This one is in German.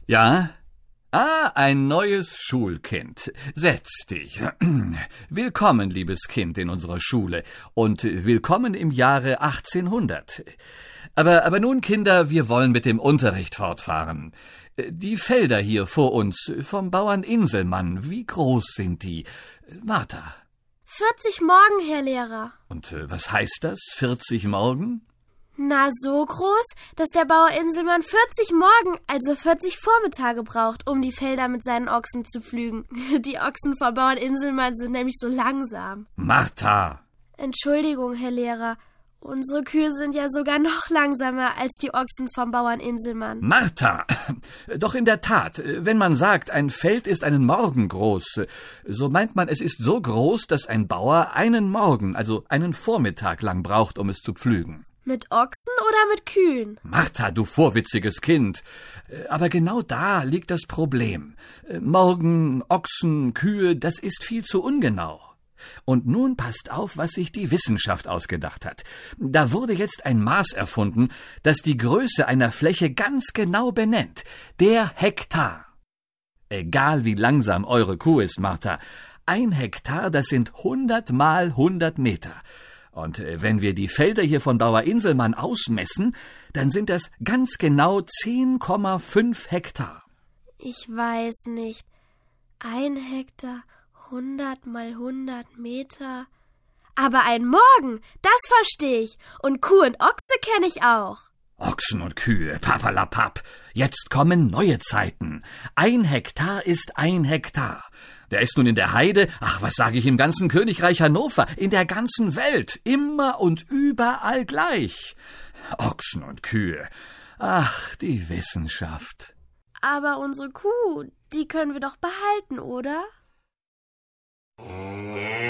Ja? Ah, ein neues Schulkind. Setz dich. Willkommen, liebes Kind, in unserer Schule und willkommen im Jahre 1800. Aber nun, Kinder, wir wollen mit dem Unterricht fortfahren. Die Felder hier vor uns, vom Bauern Inselmann, wie groß sind die? Martha. 40 Morgen, Herr Lehrer. Und was heißt das, 40 Morgen? Na, so groß, dass der Bauer Inselmann 40 Morgen, also 40 Vormittage braucht, um die Felder mit seinen Ochsen zu pflügen. Die Ochsen vom Bauern Inselmann sind nämlich so langsam. Martha! Entschuldigung, Herr Lehrer. Unsere Kühe sind ja sogar noch langsamer als die Ochsen vom Bauern Inselmann. Martha! Doch in der Tat, wenn man sagt, ein Feld ist einen Morgen groß, so meint man, es ist so groß, dass ein Bauer einen Morgen, also einen Vormittag lang braucht, um es zu pflügen. Mit Ochsen oder mit Kühen? Martha, du vorwitziges Kind. Aber genau da liegt das Problem. Morgen, Ochsen, Kühe, das ist viel zu ungenau. Und nun passt auf, was sich die Wissenschaft ausgedacht hat. Da wurde jetzt ein Maß erfunden, das die Größe einer Fläche ganz genau benennt. Der Hektar. Egal wie langsam eure Kuh ist, Martha. 1 Hektar, das sind 100 mal 100 Meter. Und wenn wir die Felder hier von Bauer Inselmann ausmessen, dann sind das ganz genau 10,5 Hektar. Ich weiß nicht. 1 Hektar, 100 mal 100 Meter. Aber ein Morgen, das verstehe ich. Und Kuh und Ochse kenne ich auch. Ochsen und Kühe, papalapap. Jetzt kommen neue Zeiten. 1 Hektar ist 1 Hektar. Der ist nun in der Heide, ach, was sage ich, im ganzen Königreich Hannover, in der ganzen Welt, immer und überall gleich. Ochsen und Kühe, ach, die Wissenschaft. Aber unsere Kuh, die können wir doch behalten, oder?